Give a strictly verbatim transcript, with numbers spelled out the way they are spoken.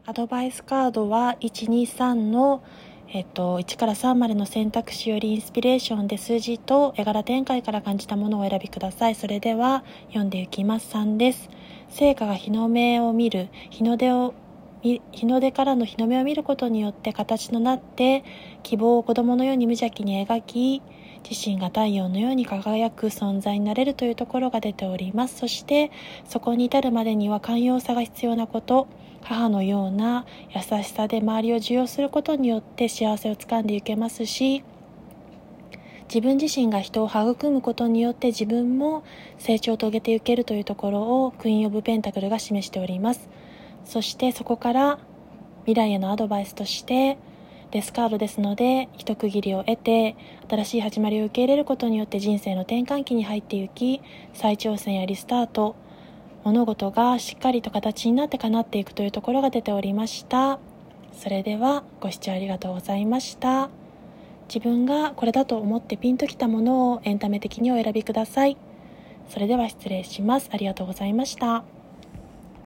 アドバイスカードはいち、に、さんの、えっと、いちからさんまでの選択肢よりインスピレーションで数字と絵柄展開から感じたものをお選びください。それでは読んでいきます。さんです。成果が日の目を見る、日の出を日の出からの日の目を見ることによって形となって希望を子供のように無邪気に描き、自身が太陽のように輝く存在になれるというところが出ております。そしてそこに至るまでには寛容さが必要なこと、母のような優しさで周りを受容することによって幸せをつかんでいけますし、自分自身が人を育むことによって自分も成長を遂げていけるというところをクイーンオブペンタクルが示しております。そしてそこから未来へのアドバイスとしてデスカードですので、一区切りを得て新しい始まりを受け入れることによって人生の転換期に入っていき、再挑戦やリスタート、物事がしっかりと形になって叶っていくというところが出ておりました。それではご視聴ありがとうございました。自分がこれだと思ってピンときたものをエンタメ的にお選びください。それでは失礼します。ありがとうございました。